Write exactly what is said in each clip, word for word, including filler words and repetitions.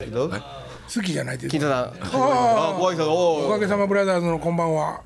けど好きじゃないです金田さんあご挨拶おおかげさまブラザーズのこんばんは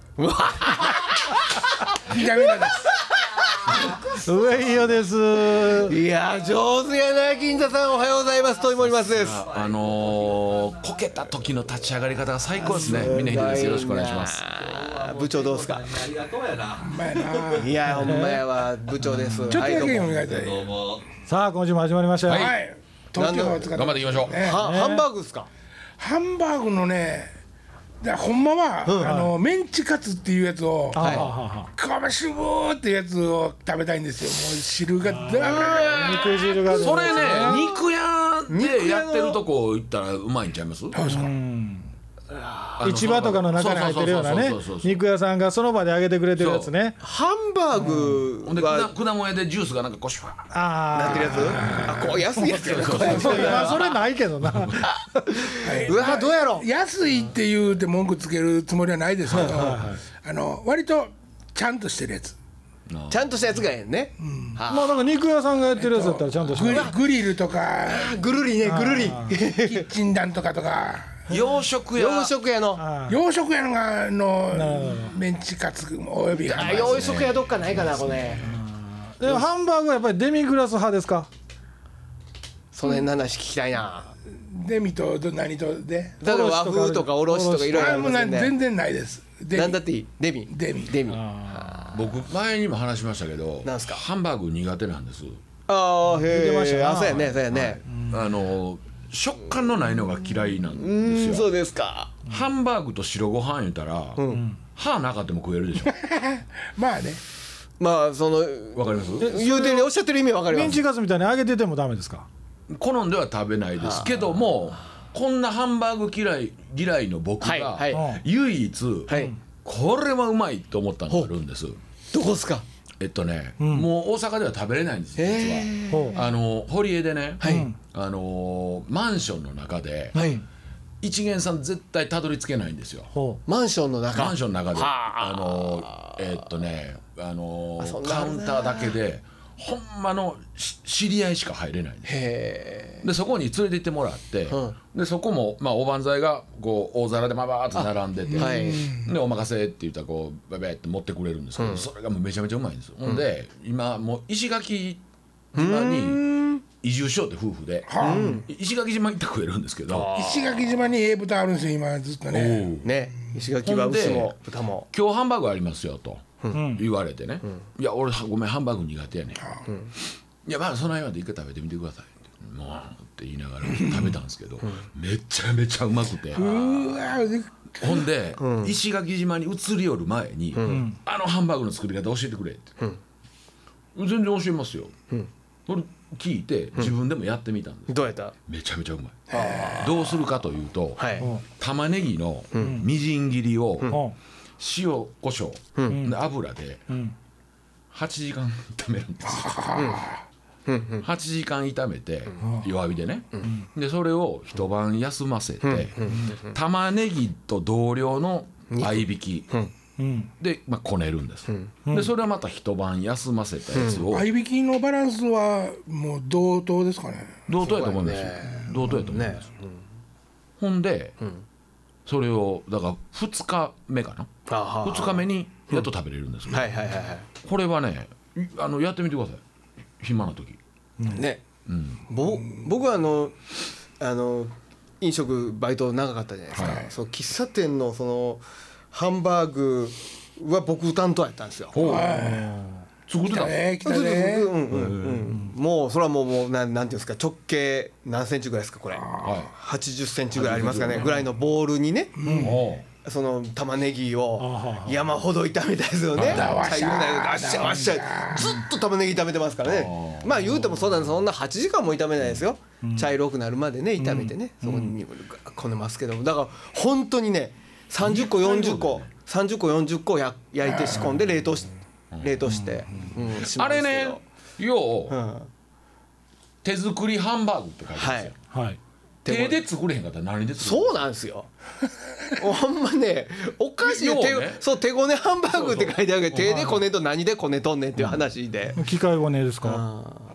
金田美奈です上井代です。 いや上手やな金田さんおはようございます問い森松ですあのー、こけた時の立ち上がり方が最高ですね。峰秀です。よろしくお願いします。 部長どうですかありがとうやな。 ほんまやないやほんまやわ部長ですちょっとだけはいどうもお願いしたいさあ今週も始まりましたよ。 はい東京を使って頑張っていきましょう。 ねはハンバーグですかハンバーグのねだほんまは、うん、あのメンチカツっていうやつを、 はいかばしぶーってやつを食べたいんですよ。もう汁がだ肉汁がそれね、肉屋でやってるとこ行ったらうまいんちゃいます？そうですか。 市場とかの中に入ってるようなね肉屋さんがその場で揚げてくれてるやつね。 ハンバーグほんでは果物屋でジュースがなんかこうシュワーあなってるやつあこう安いやつやなこれあそれないけどな。 うわどうやろ安いって言うて文句つけるつもりはないですけど、あの割とちゃんとしてるやつ。 ちゃんとしたやつがええねまあなんか肉屋さんがやってるやつだったらちゃんとしグリてる。 グリルとかぐるりねぐるりキッチン弾とかとか洋食屋。 洋食屋の洋食屋のがのメンチカツおよびハンバーグ洋食屋どっかないかなこれでもハンバーグはやっぱりデミグラス派ですか？ その辺の話聞きたいなデミとど何とでだから和風とかおろしとかいろいろああもうなりますよね全然ないですデミなんだっていいデミデミデミ僕前にも話しましたけど、 なんすかハンバーグ苦手なんです。 ああへ言ってましたなえあそうやねそうやねあの食感のないのが嫌いなんうですよ。 んそうですかハンバーグと白ご飯言ったら、歯なかっても食えるでしょ。 まあねまあそのわかります？ 言うてるおっしゃってる意味わかりますメンチカツみたいに揚げててもダメですか？ 好んでは食べないですけども、こんなハンバーグ嫌い嫌いの僕はいがはい唯一、 はいこれはうまいと思ったのがあるんです。 どこっすかえっとね、もう大阪では食べれないんです実は。 ほうあの堀江でね、 はいあのマンションの中で、 はい一元さん絶対たどり着けないんですよ。 ほマンションの中マンションの中で、 はあのえっとね、あのあそんなカウンターだけでほんまのし知り合いしか入れないんです。 へでそこに連れて行ってもらって、 うんでそこも、まあ、おばんざいがこう大皿でババーっと並んでて、 はいでお任せって言ったらこうババーって持ってくれるんですけど、それがもうめちゃめちゃうまいんですよ。ほんで今もう石垣島に移住しようって夫婦で、石垣島行って食えるんですけど、 石垣島にええ豚あるんですよ今ずっとねおうえね石垣は牛も豚も今日ハンバーグありますよと言われてね、いや俺ごめんハンバーグ苦手やねん、いやまあその辺まで一回食べてみてくださいってもうって言いながら食べたんですけど、めちゃめちゃうまくて、 うわほんで、石垣島に移り寄る前に、あのハンバーグの作り方教えてくれって、全然教えますよ、これ聞いて自分でもやってみたんです、 どうやっためちゃめちゃうまい。どうするかというと、 はい玉ねぎのみじん切りをほ塩コショウ、で油ではちじかん炒めるんですよ、はちじかん炒めて弱火でね、でそれを一晩休ませて、玉ねぎと同量の合いびきで、まあ、こねるんです、でそれはまた一晩休ませたやつを、 合いびきのバランスはもう同等ですかね同等やと思うんですよ、同等やと思うんです、ほんで、それをだからふつかめかな、 あふつかめにやっと食べれるんですけど、 はいはいはいはこれはねあのやってみてください暇な時。 いねぼ僕はあのあの飲食バイト長かったじゃないですかそう喫茶店のそのハンバーグは僕担当やったんですよ作ってた、 ね来たねうんうんうんもうそれはもうもうなんなんていうんですか直径何センチぐらいですかこれははちじゅっセンチぐらいありますかねぐらいのボウルにねい、おうその玉ねぎを山ほど炒めたやつをねだわしゃわっしゃわっしゃずっと玉ねぎ炒めてますからねまあ言うてもそんなそんなはちじかんも炒めないですよ茶色くなるまでね炒めてねそこにこねますけどだから本当にねさんじゅっこよんじゅっこさんじゅっこよんじゅっこや焼いて仕込んで冷凍し冷凍してうんしますけどあれねよう、 うん手作りハンバーグって書いてあるんですよ、 はい手で作れへんかったら何で作るそうなんですよほんまねおかしいよ手ようねそう手ごねハンバーグって書いてあるけど手でこねと何でこねとんねんっていう話で機械語ねですか？ あ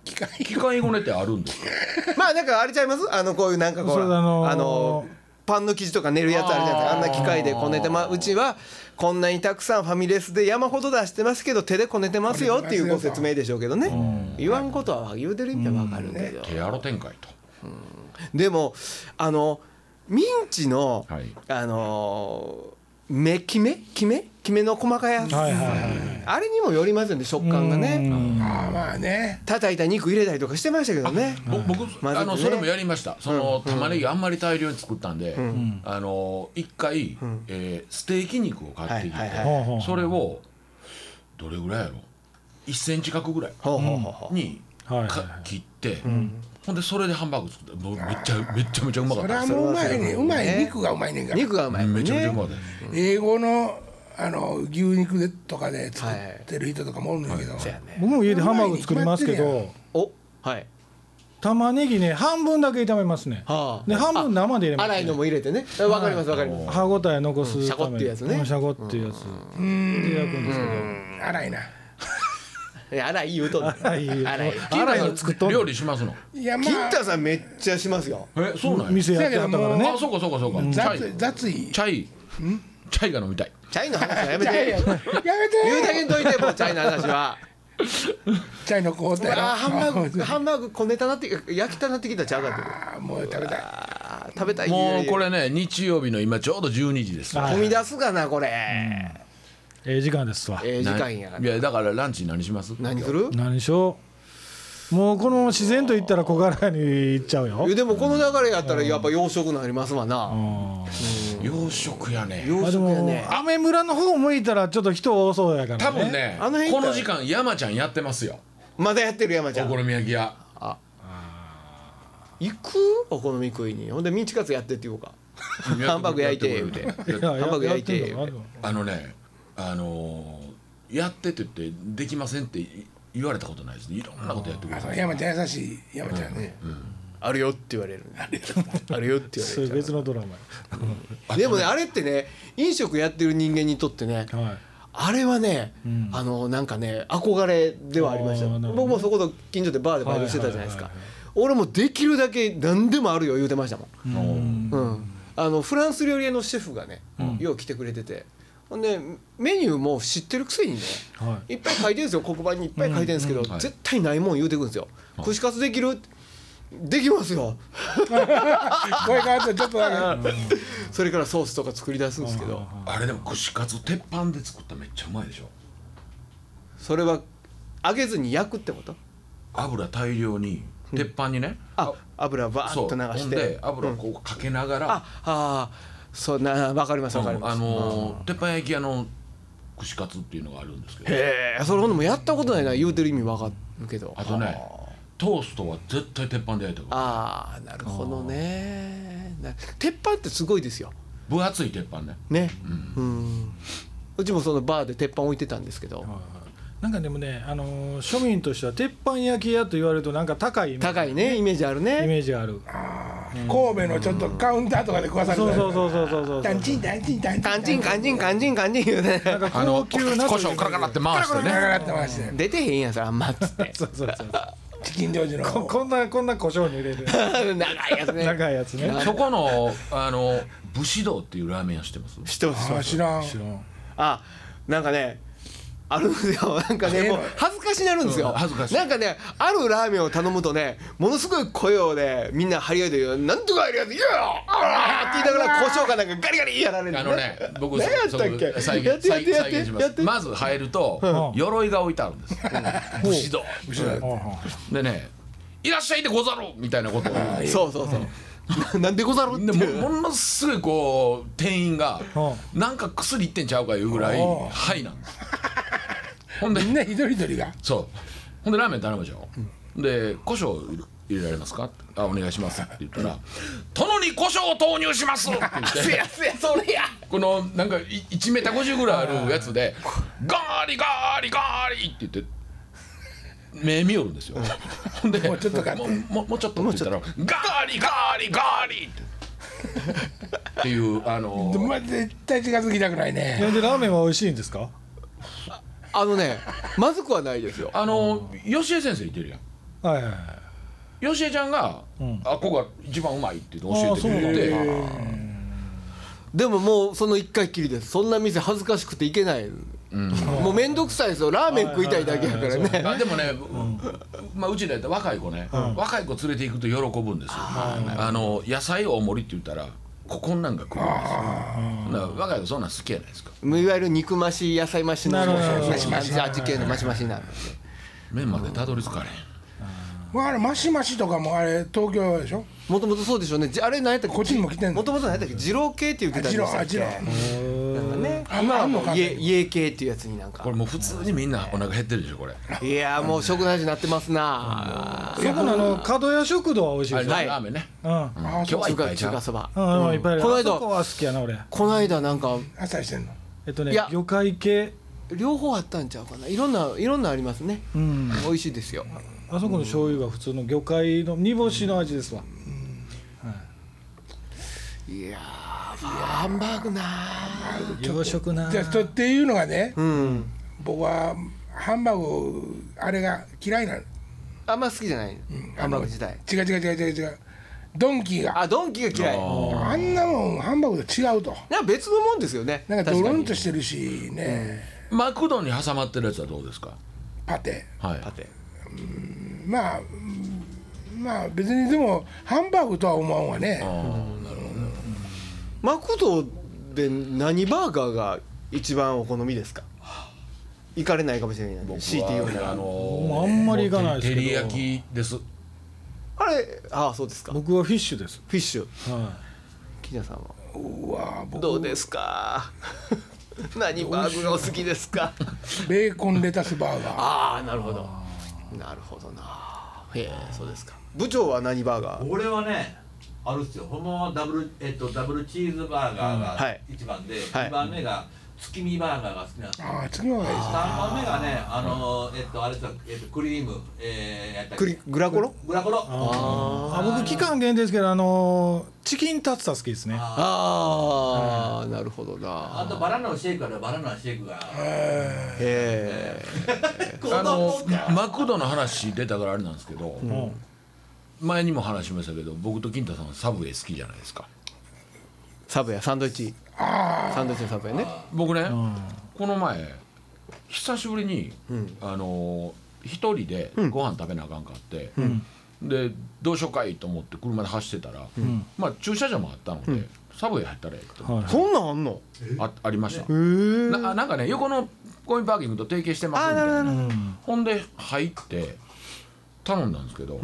機械機械ごねってあるんですよ。 まあなんかあれちゃいます？あのこういうなんかこうそうあのーあのパンの生地とか練るやつあるじゃないですか。あんな機械でこねてまうちはこんなにたくさんファミレスで山ほど出してますけど手でこねてますよっていうご説明でしょうけどね。言わんことは言うてる意味はわかるけど。 手やろ展開と。 でもあのミンチの、 はい、 あのー、目きめきめきめの細かいやつ、 はいはいはい、 あれにもよりますよね食感がね。 あまあね叩いた肉入れたりとかしてましたけどね。 僕、 まずねあのそれもやりました。その、うん、玉ねぎあんまり大量に作ったんで、うん、あの一回、うんえー、ステーキ肉を買ってきて、はいはいはい、それをどれぐらいやろいっセンチ角ぐらいに、うん、切って、うん、ほんでそれでハンバーグ作った。もうめっちゃめっちゃめちゃうまかった。 それはもううまいね。うまい肉がうまいねんから。 肉がうまい、ね。 めちゃめちゃうまかった。 英語のあの牛肉でとかで作ってる人とかもおるんだけど、はいはい、 僕も家でハンバーグ作りますけど、 おはい玉ねぎね半分だけ炒めますね、はあ、で半分生で入れます、ね、 粗いのも入れてねわかりますわかります。 歯ごたえ残すためにシャコっていうやつね。 シャコっていうやつで焼くんですけど、 粗いな粗い言うとんねん。粗い粗いの作っとん料理しますの。 いや、まあ、 金太さんめっちゃしますよ。 えそうなんや。 店やってはったからね。 あそうかそうかそうか。 雑雑いチャイチャイが飲みたい。 チャイの話はやめてやめて言うだけんといてもうチャイの話は。 チャイの工程あハンバーグハンバーグこねたなって焼きたなってきたちゃうかって。 ああもう食べたい食べたい。 もうこれね日曜日の今ちょうどじゅうにじです。 踏み出すかなこれ。 ええ時間ですわ。 ええ時間や。 いやだからランチ何します？ 何する？ 何しよう。もうこの自然と言ったら小柄に行っちゃうよ。 でもこの流れやったらやっぱ洋食になりますわな。 洋食やね。 洋食やね。 アメ村の方向いたらちょっと人多そうやからね。 多分ねあのこの時間山ちゃんやってますよ。 まだやってる山ちゃん。 お好み焼き屋。あ行くお好み食いに。ほんでミンチカツやってって言おうか。ハンバーグ焼いて言うて。ハンバーグ焼いて。 あのねあのー、やってって言ってできませんって言われたことないですね。いろんなことやってくれる。 山ちゃん優しい山ちゃんね、うんうん、 あるよって言われる。あるよって言われる。 それ別のドラマ、 うん、でもねあれってね飲食やってる人間にとってね、はい、あれはね、うん、あのなんかね憧れではありました。僕もそこと近所でバーでバイトしてたじゃないですか。俺もできるだけ何でもあるよ言うてましたもん、うんうん、あのフランス料理屋のシェフがね、うん、よう来てくれててほんでメニューも知ってるくせにね、はい、いっぱい書いてるんですよ。黒板にいっぱい書いてるんですけど、うんうんはい、絶対ないもん言うてくるんですよ、はい、串カツできるできますよ声変わってちょっとだけそれからソースとか作り出すんですけどあれでも串カツ鉄板で作ったらめっちゃうまいでしょ。 それは揚げずに焼くってこと？ 油大量に鉄板にね、 うん、あ油バーッと流してで油をこうかけながら、うん、ああそうな分かります分かります、 うん、あのー、鉄板焼き屋の串カツっていうのがあるんですけどへえそれほんでもやったことないな言うてる意味分かるけどあとねトーストは絶対鉄板で焼いた方がいい。 ああなるほどね。鉄板ってすごいですよ。 分厚い鉄板ねね、うん、うんうちもそのバーで鉄板置いてたんですけど、はいはい、 なんかでもね、あのー、庶民としては鉄板焼き屋と言われるとなんか高いイメージ、 高いねイメージあるね。 イメージある。 あ、うん、神戸のちょっとカウンターとかで食わされる。 そうそうそうそうそう。 タンチンタンチンタンチンタンチンカンチンカンチンカンチン言うね。 なんか高級な胡椒カラカラって回してね。カラカラって回して。 出てへんやんそれあんまっつって。 そうそうそう。 チキンジョージのこ, こんなこんな胡椒に入れる長いやつね。 長いやつね。 そこのあの武士道っていうラーメン屋知ってます？ 知ってます。 あ知らん。 知らん。 あなんかね。あるんですよ。なんかねもう恥ずかしになるんですよ、うん、恥ずかしい。なんかねあるラーメンを頼むとねものすごい声をねみんな張り合いでなんとかやるやついやあーって言いながら胡椒かなんかガリガリやられる、ね、 あのね僕何やったっけ再現再現します。まず入ると、うん、鎧が置いてあるんです武士道でねいらっしゃいでござるみたいなことをそうそうそうなんでござるっていうものすごいこう店員がなんか薬いってんちゃうかいうぐらいはいなんですほんでみんな一人一人がそうほんでラーメン頼むでしょ、うん、で胡椒入れられますかあお願いしますって言ったら殿に胡椒を投入しますって言ってせやせやそれやこのなんかいちメーターごじゅうぐらいあるやつでガーリガーリガーリって言って目見よるんですよほんでもうちょっともももうちょっとって言ったらガーリガーリガーリってっていうあのー、まあ、絶対近づきたくないね。 でラーメンは美味しいんですか？ あのねまずくはないですよ。 あの吉江先生いてるやんはいはいはいよしえちゃんが、 うん、 あここが一番うまいって教えてくれて、 でももうその一回きりです。そんな店恥ずかしくて行けない、うん、もう面倒くさいですよ。ラーメン食いたいだけやからね。 あでもね、うんまあ、うちでやったら若い子ね、うん、若い子連れて行くと喜ぶんですよ。あの野菜大盛りって言ったらここんなんが来るんですよ。だから若い子そんなん好きじゃないですか。 いわゆる肉増し野菜増しの味系の増し増しになるんで麺までたどり着かれへん。 まあ、あれマシマシとかもあれ東京でしょ。 もともとそうでしょうね。あれ何やったっけ。 こっちにも来てんの。 もともと何やったっけ。二郎系って言ってたんですよ。 二郎なんかね。今はもう家家系っていうやつになんか。 これもう普通にみんなお腹減ってるでしょこれ。 いやもう食の味になってますな。 そこのあの角屋食堂は美味しいですよ。 ラーメンね。 うん。 今日はいっぱい中華そば。 うんいっぱい。 この間そこは好きやな俺。 この間なんかあっさりしてんの。 えっとね魚介系両方あったんちゃうかな。いろんないろんなありますね。うん。美味しいですよ。 あそこの醤油が普通の魚介の煮干しの味ですわ。 いやーハンバーグな洋食なじゃあっていうのがね、 うん、 僕はハンバーグあれが嫌いなの。 あんま好きじゃない、うん、ハンバーグ自体。 違う違う違う違う違うドンキーがあドンキーが嫌い。 あ, あんなもんハンバーグと違うと。 なんか別のもんですよね。 なんかドロンとしてるしね、 うん、マクドに挟まってるやつはどうですか。 パテ、 はい、 パテ、 うん、まあまあ別にでもハンバーグとは思わんわね。 あなるほど、うん、 マクドで何バーガーが一番お好みですか。行かれないかもしれない。 僕は強いて言うならあのー、あんまり行かないですけど。 照り焼きです。 あれああそうですか。 僕はフィッシュです。 フィッシュ。 はい。 木田さんは。 うわ僕どうですか。何バーグがお好きですか。 ベーコンレタスバーガー。 ああなるほど。なるほどな。へえそうですか。部長は何バーガー。 俺はねあるっすよ。ほんまはダブルえっとダブルチーズバーガーが一番で、 はい、 にばんめが月見バーガーが好きなんですよ。 ああ月見バーガーいいですね。 さんばんめがねあのえっとあれさえっとクリームえー、やったっけ。 クリグラコロ。 グラコロ。 ああ僕期間限定ですけどあのチキンタツタ好きですね。 ああ、うん、なるほどな。 あとバナナのシェイクあるバナナのシェイクが。 へえ。 あのマクドの話出たからあれなんですけど、うん、前にも話しましたけど僕と金太さんはサブウェイ好きじゃないですか。 サブウェイサンドイッチ。サンドイッチのサブウェイね。 僕ね、うん、この前久しぶりに、うん、あの一人でご飯食べなあかんかって、うん、でどうしようかいと思って車で走ってたら、うん、まあ駐車場もあったので、うん、サブウェイ入ったらええと思って、 そんなんあんのあ, ありました。な, なんかね横のコインパーキングと提携してますみたいな、うん、ほんで入って頼んだんですけど、うん、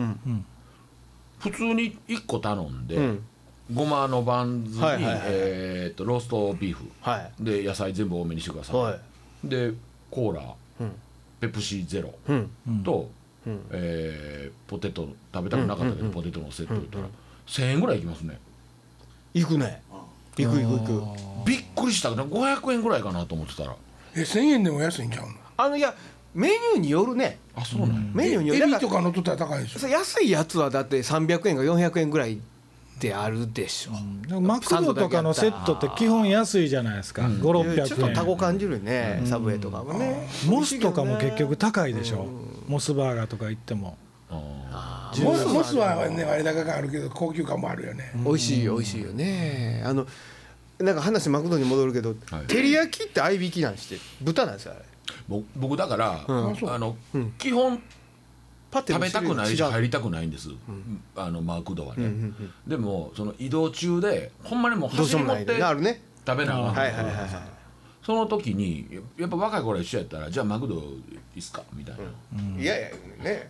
普通にいっこ頼んで、うん、ごまのバンズに、はいはいはい、えー、とローストビーフ、はい、で野菜全部多めにしてください、はい、でコーラ、うん、ペプシゼロ、うん、と、うん、えー、ポテト食べたくなかったけど、うんうんうん、ポテトのセット言ったら、うんうん、せんえんぐらいいきますね。 いくね。いくいくいく。 びっくりしたけどごひゃくえんぐらいかなと思ってたらえせんえんでも安いんちゃうの。 あのいやメニューによるね。 あそうなんや、うん、 メニューによる。 エビとかのとったら高いでしょ。 安いやつはだってさんびゃくえんかよんひゃくえんぐらいであるでしょ、 うん、マクドとかのセットって基本安いじゃないですか、うん、ごひゃくろっぴゃくえん。 ちょっとタコ感じるね、うん、サブウェイとかもね。 モスとかも結局高いでしょ、うん、モスバーガーとか行っても。 あモス、モスはね割高感あるけど高級感もあるよね、 うん、美味しい美味しいよね。あのなんか話マクドに戻るけど、はい、照り焼きって合いびきなんして豚なんですよあれ。 僕だから、うん、あの、うん、基本食べたくないし入りたくないんです、うん、あのマクドはね、うんうんうん、でもその移動中でほんまにもう走り持って食べながらその時にやっぱ若い頃一緒やったらじゃあマクドいいっすかみたいな、 うん、いやいやね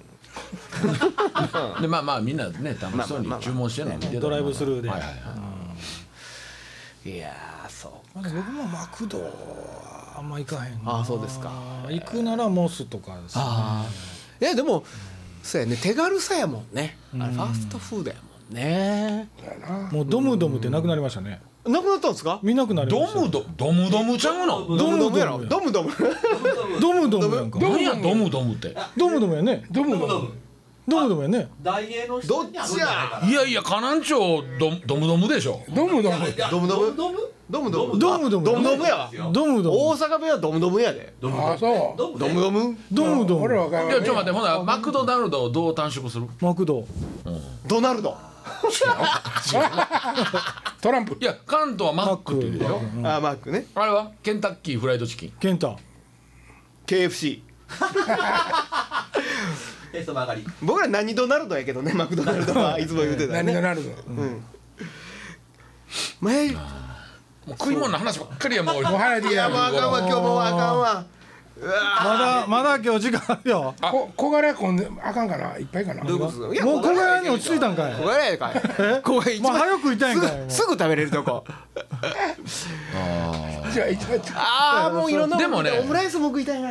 でまあまあみんなね楽しそうに注文してるのを見てた、 ドライブスルーで、はいはいはい、 いやそう僕もマクドはあんま行かへんな。 あそうですか。 行くならモスとかですね。 あいやでもそうやね手軽さやもんね、うん、あれファーストフードやもんね。 もうドムドムってなくなりましたね。 なくなったんですか。 見なくなりました。 ドムドドムドムちゃうの。 ドムドムやろ。ドムドムドムドムやんか。 何やドムドムってドムドムやね。 ドムドムドムドムやね。 大英のどっちや。 いやいや河南町ドドムドムでしょ。 ドムドムドムドムドムドムドムドムドムドムやわドムドム大阪弁はドムドムやでドムあそうドムドムドムドムドム俺らわかんないいやちょっと待ってほなマクドナルドをどう短縮する？ マクドドナルドトランプいや関東はマックって言うでしょ。 あマックねあれはケンタッキーフライドチキン。 ケンタケーエフシテスト曲がりー僕ら何ドナルドやけどねマクドナルドはいつも言うてたよね何がなるの前もう食い物の話ばっかりやもう。 もう早いでいやもうあかんわ今日もうあかんわうわまだまだ今日時間あるよこ小柄こんであかんかないっぱいかなどういうことですかいやもう小柄に落ち着いたんかい小柄やかい小柄一番もう早く食いたいんかいもうすぐすぐ食べれるとこじゃあ一番ああもういろんなもんでもねオムライスも食いたいな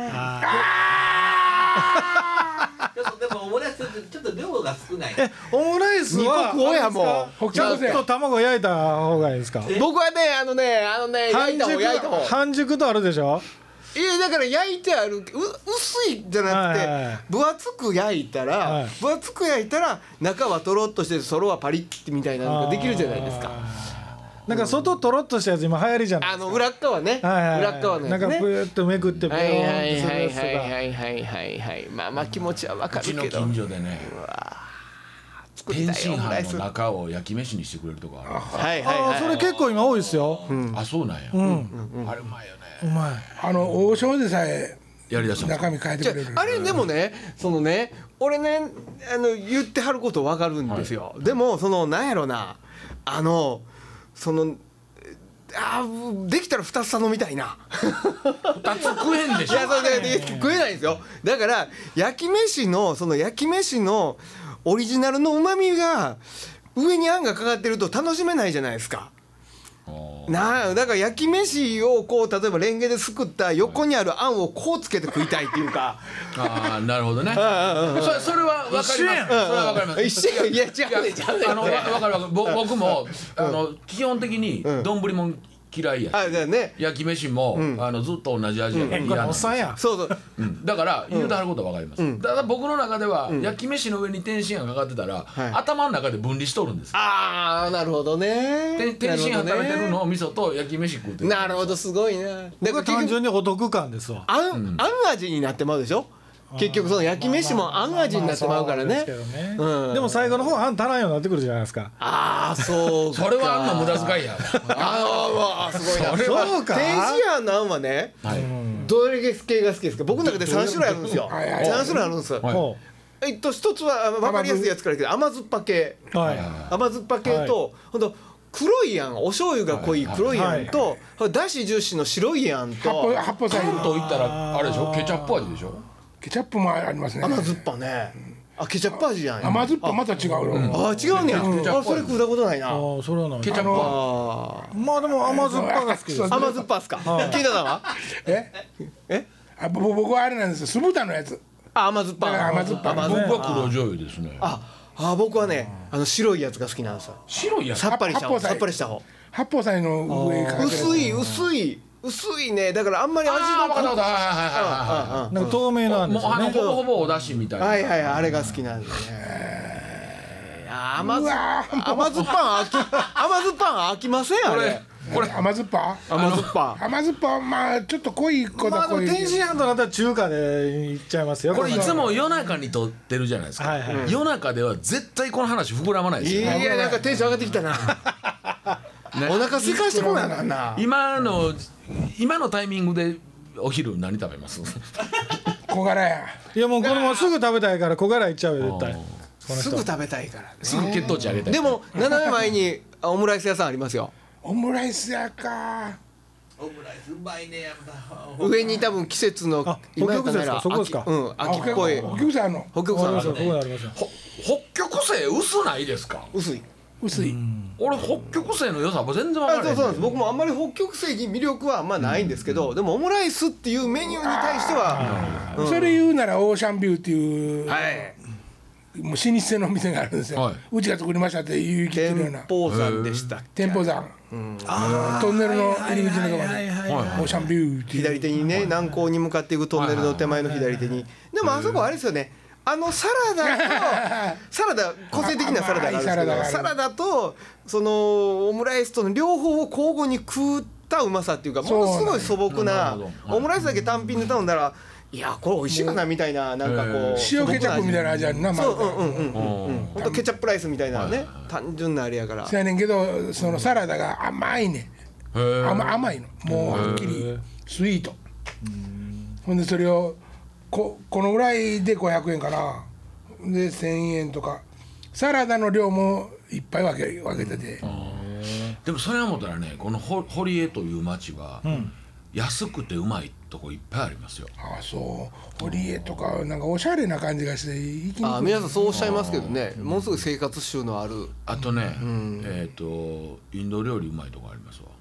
ちょっとでもオムライスちょっと量が少ないえオムライスは二個食おうやもうちょっと卵焼いた方がいいですか僕はねあのねあのね焼いた方焼いた方半熟とあるでしょいやだから焼いてあるう薄いじゃなくて、 はいはい分厚く焼いたら、 はい分厚く焼いたら中はとろっとしてそろはパリッみたいなのができるじゃないですかなんか外とろっとしたやつ今流行りじゃないあの裏っ側ね、 はいはいはい裏っ側のやつねなんかプーッとめくってペロはいーンはいはいってするやつとはいはかいはいはいはいまあまあ気持ちはわかうちのるけど近所でね作りたい天津オムライス飯の中を焼き飯にしてくれるとこある。 はいはいはいああそれ結構今多いですよあそうなんや。 うんあれうまいよね。 うまいあの王将でさえやりだしたんですか。 中身変えてじゃくれるああれでもねそのね俺ねあの言ってはることわかるんですよ、でもそのなんやろなあのそのあーできたらふたつ頼みたいな二つ食えんでしょ。 いやそうでで食えないんですよだから焼き飯のその焼き飯のオリジナルのうまみが上にあんがかかってると楽しめないじゃないですかなあだから焼き飯をこう例えばレンゲですくった横にあるあんをこうつけて食いたいっていうかああなるほどね。それそれはわかります。それはわかります。 一緒いや違うね違うねあのわわかるわかる。ぼ僕もあの基本的に丼もん嫌いやし。 あだよね焼き飯もあのずっと同じ味やからえこれ嫌なおっさんやそうそううんだから言うてはることはわかります。ただ僕の中では焼き飯の上に天津飯がかかってたらい頭の中で分離しとるんです。 ああなるほどね天天津飯食べてるのなを味噌と焼き飯食うてる。 るほどすごいなだ僕は単から結局純にお得感ですわあん、あん味になってまうでしょ結局その焼き飯もあん味になってまうからねまあまあそうですけどねうんでも最後の方あん足らんようになってくるじゃないですかああそうかそれはあんの無駄遣いやわ。 ああすごいなそれはそうか天津飯のあんはねはい。 どれ系が好きですか僕の中でさん種類あるんですよはいはいさん種類あるんですよはいほえっと一つは分かりやすいやつからいくけど甘酸っぱ系うはい甘酸っぱ系とほんと黒いあんお醤油が濃い黒いあんとだし重視の白いあん八宝と八宝菜関東行ったらあれでしょケチャップ味でしょ。 ケチャップもありますね甘酸っぱねあケチャップ味やん甘酸っぱまた違うのあ違うねやケチャップあそれ食ったことないなああそれはないケチャップはあまあでも甘酸っぱが好きですー甘酸っぱっすか聞いただわええあぼ僕はあれなんですよ酢豚のやつあ甘酸っぱだから甘酸っぱ甘僕酸っぱは黒醤油ですね。 ああ僕はねあの白いやつが好きなんですよ白いやつ。 さっぱりした方八宝菜さっぱりした方八宝菜の上にかかってる薄い薄い薄いねだからあんまり味ああ分かった分かのったはいはいはいはい。 なんか透明なんでもうあのすよねほぼほぼお出汁みたいな。 はいはいはいあれが好きなんでねあ甘う酸わー甘酸っぱん飽き甘酸っぱん飽きませんあれこれこれ甘酸っぱ甘酸っぱん甘酸っぱまあちょっと濃いことまあでも濃い天津飯となったら中華でいっちゃいますよこれいつも夜中に撮ってるじゃないですか。 はいはい夜中では絶対この話膨らまないですいよ。 やなんかテンション上がってきたなお腹空かしてこなあかんな今の今のタイミングでお昼何食べます？ 小柄やいやもうこれもうすぐ食べたいから小柄いっちゃうよ絶対この人すぐ食べたいからねすぐ血糖値上げたい。 でも斜め前にあオムライス屋さんありますよオムライスやかオムライスうまいねやっぱ上に多分季節のあ今やったら北極星ですかそこですか秋うん秋っぽいお客さんあんの北極ありますよさんあるねここにありますよほ北極星薄ないですか？ 薄い薄い俺北極星の良さも全然分からない。 あそうそうなんです僕もあんまり北極星に魅力はあんまないんですけどでもオムライスっていうメニューに対してはそれ言うならオーシャンビューっていうはいもう老舗のお店があるんですよ、 はいうちが作りましたって言い切ってるような天保山でしたっけ店舗山、あのトンネルの入り口のところまで、オーシャンビューっていう左手にね南港に向かっていくトンネルの手前の左手にでもあそこあれですよねあのサラダとサラダ個性的なサラダがあるんですけ甘いサラダがあるどサラダとそのオムライスとの両方を交互に食ったうまさっていうかものすごい素朴なオムライスだけ単品で頼んだらいやこれ美味しいかなみたいななんかこう塩ケチャップみたいな味あるな。 そううんうんうんうんほんとケチャップライスみたいなね単純なあれやからそうやねんけどそのサラダが甘いねん甘甘いのもうはっきりスイートほんでそれをここのぐらいでごひゃくえんかなでせんえんとかサラダの量もいっぱい分け分けてて、 でもそれは思ったらねこのほ堀江という町は、安くてうまいとこいっぱいありますよ。 ああそう堀江とかなんかおしゃれな感じがして行きにくいあ皆さんそうおっしゃいますけどねものすごい生活習のあるあとね、えっ、とインド料理うまいとこありますわ。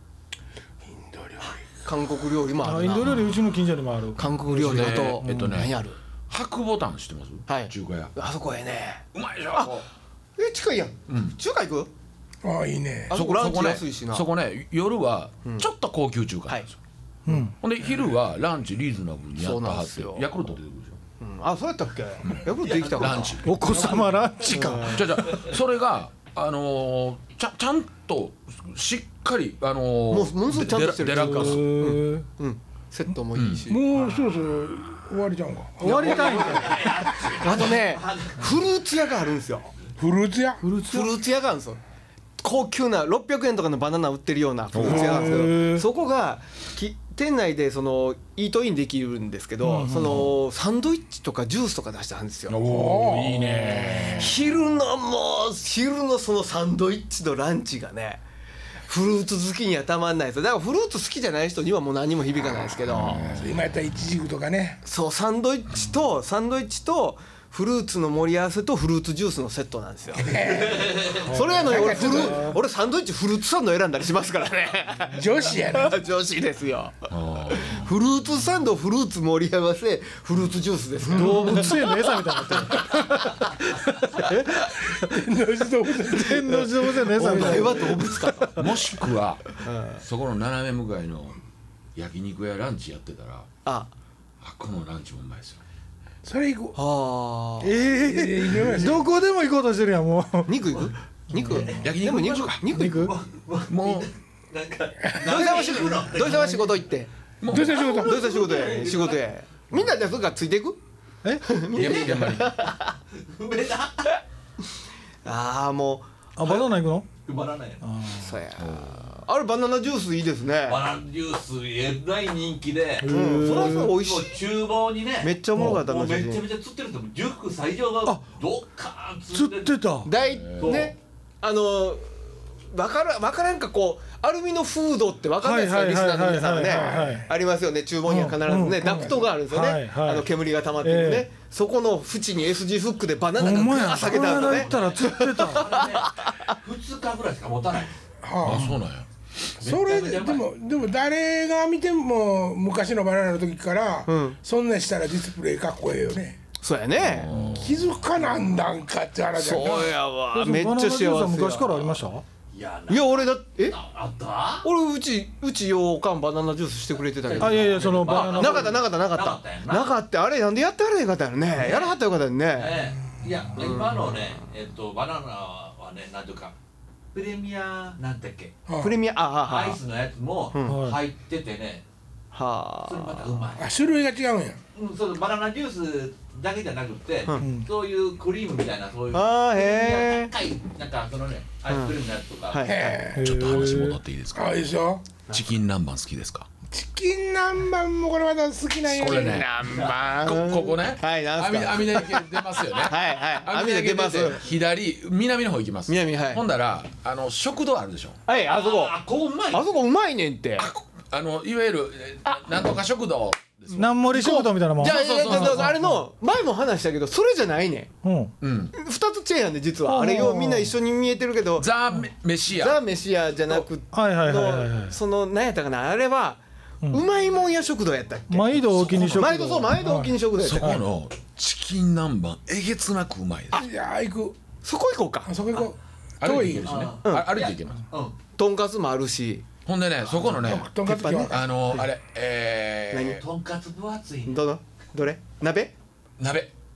韓国料理もああインるなド料理うちの近所にもある。 韓国料理あとえっとね何ある白ボタン知ってます？ はい中華屋。 あそこへねうまいでしょ。 え近いやん中華行くああいいねあそこランチね安いしなそこね夜はちょっと高級中華なんですよ。ほんで昼はランチリーズナブルにやそうったはってなんですよヤクルト出てくるでしょ。 うんあそうやったっけヤクルトできたかなランチ。 お子様ランチか。 じゃあじゃあそれがあのーちゃちゃんとしっかりあのーもうものすごいちゃんとしてるデラデラックス。 うんセットもいいしもうそろそろ終わりちゃうんか終わりたいんだよ。 あとねフルーツ屋があるんですよフルーツ屋フルーツ屋があるんですよ高級なろっぴゃくえんとかのバナナ売ってるようなフルーツ屋なんですけどそこがき店内でそのイートインできるんですけどそのサンドイッチとかジュースとか出してあるんですよおおいいね。 昼のもう昼のそのサンドイッチのランチがねフルーツ好きにはたまんないですよだからフルーツ好きじゃない人にはもう何も響かないですけど今やったらイチジクとかねそうサンドイッチとサンドイッチとフルーツの盛り合わせとフルーツジュースのセットなんですよそれやのに俺フル俺サンドイッチフルーツサンド選んだりしますからね女子やな女子ですよフルーツサンドフルーツ盛り合わせフルーツジュースですよ動物園の餌みたいになってる。 天王寺動物園天王寺動物園の餌おみたいな。 前は動物かともしくはそこの斜め向かいの焼肉屋ランチやってたらああこのランチもうまいですよ。 それ行くあーええどこでも行こうとしてるやんもう。 肉行く肉焼肉でも肉行きましょうか肉行くもなんか土井さんは仕事土井さんは仕事行ってどうした仕事土井さん仕事や仕事やみんなでそれからついていくえう現場に梅だああもあバナナ行くの？ 埋まらない。 うそうやあれバナナジュースいいですねバナナジュースえらい人気で、 うんそれはそれ美味しもうい厨房にねめっちゃおもろかったもうな写真めちゃめちゃ釣ってる人もじゅっこ最上がどっかー釣ってた。 大ねあのわからわからんかこうアルミのフードってわかんないですかはいリスナはいはいはいーの皆さんははいはいねありますよね厨房には必ずうんうんねダクトがあるんですよねはいはいあの煙が溜まってるねえそこの縁に エスジー フックでバナナがほんまや。 ガーッ下げこのてあるのね間行ったら釣ってた。 ふつかぐらいしか持たない。 あそうなんや。 それでめちゃめちゃうまいもでも誰が見ても昔のバナナの時から、そんなんしたらディスプレイかっこええよねそうやね気づかなんだんかって話やなそうやわめっちゃバナナジュースは幸せ昔からあやりました？ いやいや俺だえあった俺うちうちようおかんバナナジュースしてくれてたけどあいやいやそのバナナなかったなかったなかっなかったやんたななかったあれなんでやってはらへんかったよねやらはったらよかったよねええいや今のねえっとバナナはねなんていうかプレミアなんだっけプレミアあははアイスのやつもん入っててねはそれまたあうまいあ種類が違うんやうん、そうバナナジュースだけじゃなくて、 うそういうクリームみたいなそういうあーへー高いなんかそのねアイスクリームのやつとか、 はいへえちょっと話戻っていいですかあいいでしょチキン南蛮好きですか？ チキン南蛮もこれまた好きなんやこれね南蛮こここねはいなんすか網網田駅出ますよねはいはい網網で出ますて左南の方行きます南はいほんだらあの食堂あるでしょはいあそこあこううまいあそこうまいねんってあのいわゆるえなんとか食堂ですよ南森食堂みたいなもんじゃあそうそうそうそうあれの前も話したけどそれじゃないねんうんうんふたつチェーンやんで実はあれようみんな一緒に見えてるけどザ・メメシザ・アメシアじゃなくはいはいはいはいはいのその何やったかなあれはうまいもん屋食堂やったっけ毎度お気に食堂。 毎度そう毎度お気に食堂やったそっけこのチキン南蛮えげつなくうまいですいや行くそこ行こうかあそこ行こ歩いていけるしねうんあ歩いていけますうんとんかつもあるしほんでねそこのねうとんかつ今日あのあれえとんかつ分厚いねどのどれ鍋ー鍋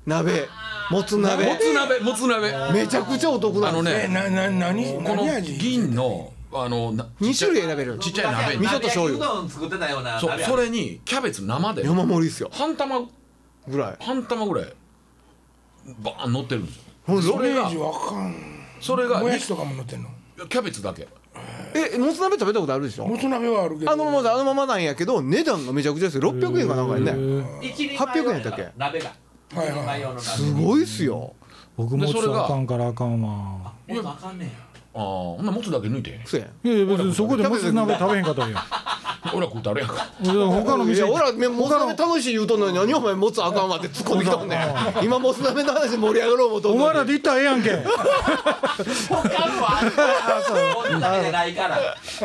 鍋もつ鍋もつ鍋もつ鍋めちゃくちゃお得あのなんですえねなな何この何味銀のあのなに種類選べるちっちゃい鍋に味噌と醤油うどん作ってたようなそう鍋あるそれにキャベツ生で山盛りですよ半玉ぐらい半玉ぐらいバーン乗ってるんですよほんでイメージわかんそれがもやしとかも乗ってんのキャベツだけえもつ鍋食べたことあるでしょもつ鍋はあるけどあのままあのままなんやけど値段がめちゃくちゃですよろっぴゃくえんかなんかやね一人前はっぴゃくえんやったっけ鍋がはいはい一人前用の鍋すごいっすよ僕もつでそれがあかんからあかんわ。 もっとあかんねんやああほんならもつだけ抜いてそうやいやいや別にそこでもつ鍋食べへんかったらいいやん。 俺ら食うてあるやんか他の店いや俺らもつ鍋楽しい言うとんのに何お前もつあかんわって突っ込んできたもんね今もつ鍋の話盛り上がろう思うとんのにお前らで行ったらええやんけ。 他のはあんな鍋でないから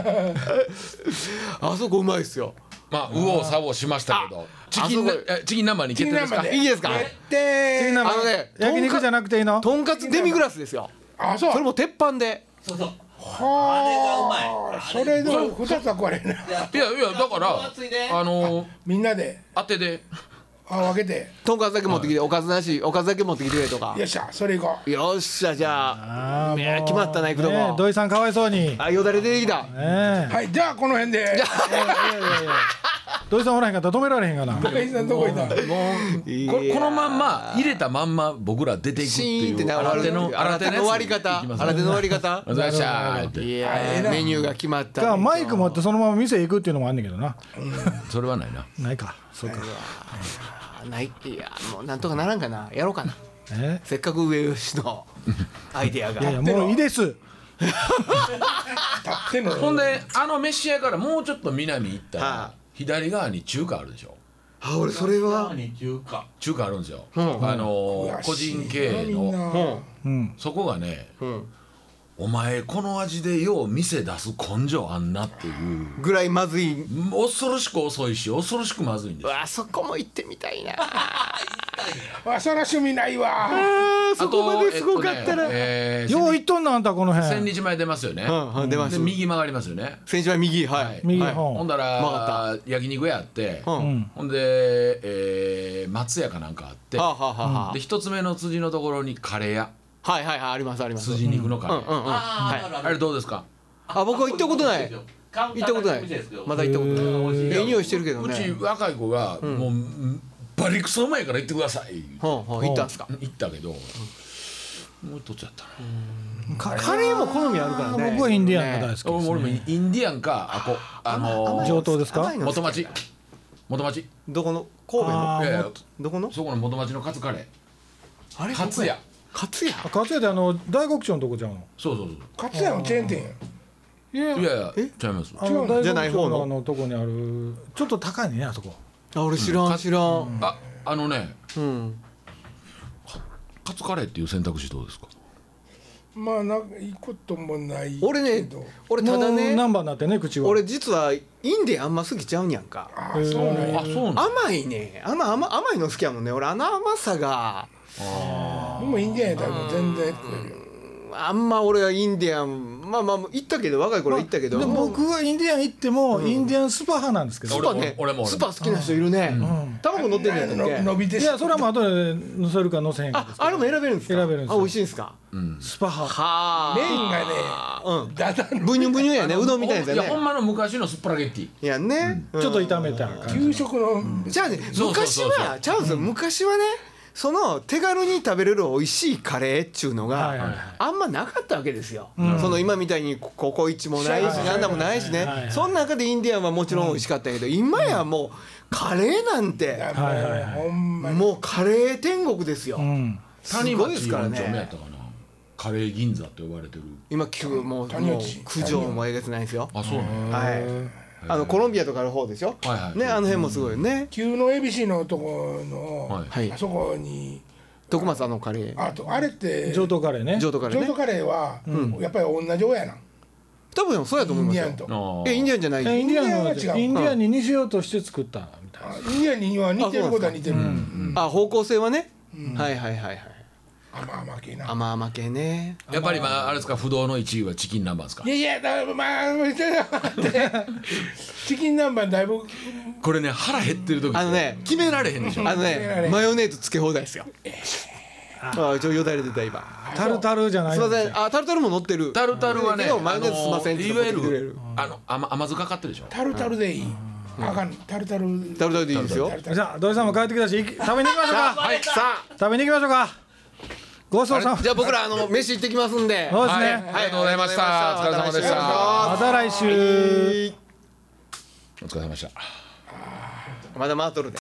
あそこうまいっすよまあ右往左往しましたけどチキンあそこえチキン南蛮に決定ですかチキン南蛮いいですかであのね焼肉じゃなくていいの？ とんかつデミグラスですよあそうそれも鉄板でそうそうはあそれでもふたつは食われんないいやいやだから熱いであのみんなで当てであ分けてとんかつだけ持ってきておかずなしおかずだけ持ってきてくれとかよっしゃそれ行こよっしゃじゃああーもうね決まったな行くとこね土井さんかわいそうに。ねあよだれ出てきたえうはいじゃあこの辺でいやいやいや土井さんおらへんかったら止められへんかな。 高井さんどこいたもうここのまんま入れたまんま僕ら出ていくってシーンっていうな新手の新手の終わり方いきます新手の終わり方おざしゃーっていやええなーメニューが決まったかマイク持ってそのまま店行くっていうのもあんねんけどな。 それはないなないか。そうか。 あないいやもうなんとかならんかなやろうかなえせっかく上吉のアイデアがいやいやもういいです。 立ってんのほんであの飯屋からもうちょっと南行ったはら左側に中華あるでしょあ俺それはに中華中華あるんですよ、 んあのー悔しい個人経営のみんなうんうん。 そこがねうんお前この味でよう店出す根性あんなっていうぐらいまずい恐ろしく遅いし恐ろしくまずいんですよあそこも行ってみたいなわそら趣味ないわあそこまですごかったら、 えーよう行っとんなあんたこの千辺。 日前出ますよね、 うんうん出ますで右曲がりますよね、 先週は右はい、 はい右はい本ほんだ曲がら焼肉屋あって、 うんうん。 ほんで、えー松屋かなんかあって、 はあ、はあはあで一つ目の辻のところにカレー屋はいはいはいありますあります筋肉のカレー、 うんうんうんあはいーあれどうですか？ あ僕は行ったことない行ったことないまだ行ったことないええ匂いしてるけどうちね若い子がもう、バリクソうまいから行ってくださいほうほう行ったんすか行ったけど、もう取っちゃったな。 カカレーも好みあるからね僕はインディアンが大好きです、 俺もね。 インディアンかあこあのー上等ですか甘いの好き元町元町どこの神戸のあーいやいやどこのそこの元町のカツカレあれーカツ屋カツ屋あ勝谷であの大極町のとこちゃうの。 そうそうそう勝谷のチェーン店いやいやいやちゃいますあの大じゃない方の極町のあのとこにあるちょっと高いねあそこ。 あ俺知らん知らんああのねうんカツカレーっていう選択肢どうですか？ まあなんかいいこともない俺ねけど俺ただもうねナンバーになってね口は。 俺実はインディアンあんま好きちゃうんやんかああそうなんやあそうなん甘いね甘甘甘いの好きやもんね俺あの甘さが僕もインディアンやったらもう全然食えるよあんま俺はインディアンまあまあ行ったけど若い頃は行ったけど、 で僕はインディアン行っても、インディアンスパ派なんですけど。 スパね俺も俺もスパ好きな人いるね卵乗ってんのやったっけの伸びていやそれはもう後で乗せるか乗せへんかですけど。 ああれも選べるんですか選べるんですよあ美味しいんですかスパ派。 はあ麺がねうんだだのブニュブニュやねうどんみたいなやつやねいやほんまの昔のスパラゲッティいやねちょっと炒めた感じ。 給食のじゃあねそうそう昔そうそうはチャンス昔はねその手軽に食べれる美味しいカレーっちゅうのがはいはいはいあんまなかったわけですよ、その今みたいにココイチもないしはいなんだもないしね、 はいはいその中でインディアンはもちろん美味しかったけど、今やもうカレーなんていやもうはいはいはいほんまにもうカレー天国ですよ、 うん。 す谷ごいですから町よん丁目やっねたかなカレー銀座って呼ばれてる今きゅもうもう谷内九条もえげつないですよあそうねはいあのコロンビアとかの方でしょ、 はいはいねあの辺もすごいよね、 旧の恵比寿のとこの、 はいはいあそこに徳松あのカレーあとあれって上等カレーね。 譲渡カレーね譲渡カレーは、やっぱり同じ親なん多分そうやと思いますよインディアンとあーえインディアンじゃないえインディアンのインディアンは違うインディアンに似せようとして作ったみたいな。 あインディアンには似てることは似てる、うんあ方向性はね、はいはいはいはい甘々系な。 甘々系ね。 やっぱりまああれですか、不動のいちいはチキン南蛮ですか。 いやいやだまあちょっと待ってチキン南蛮だいぶこれね腹減ってる時ってあのね決められへんでしょ。 あのねマヨネーズつけ放題ですよ。ああちょよだれ出た今。 タルタルじゃないすいませんですよんあタルタルも乗ってる。 タルタルはね、 けどマヨネーズすいませんあのいわゆって言ってくれるるあの甘甘酢かかってるでしょ。 タルタルでいい。あかんタルタルタルタルでいいですよ。 じゃあ土井さんも帰ってきたし行き食べに行きましょうか。 はいさあ食べに行きましょうか。ごちそうさま。 じゃあ僕らあの飯行ってきますんで。 そうですね。 はい、ありがとうございました。お疲れ様でした。 また来週。 お疲れ様でした。 まだ回っとるで。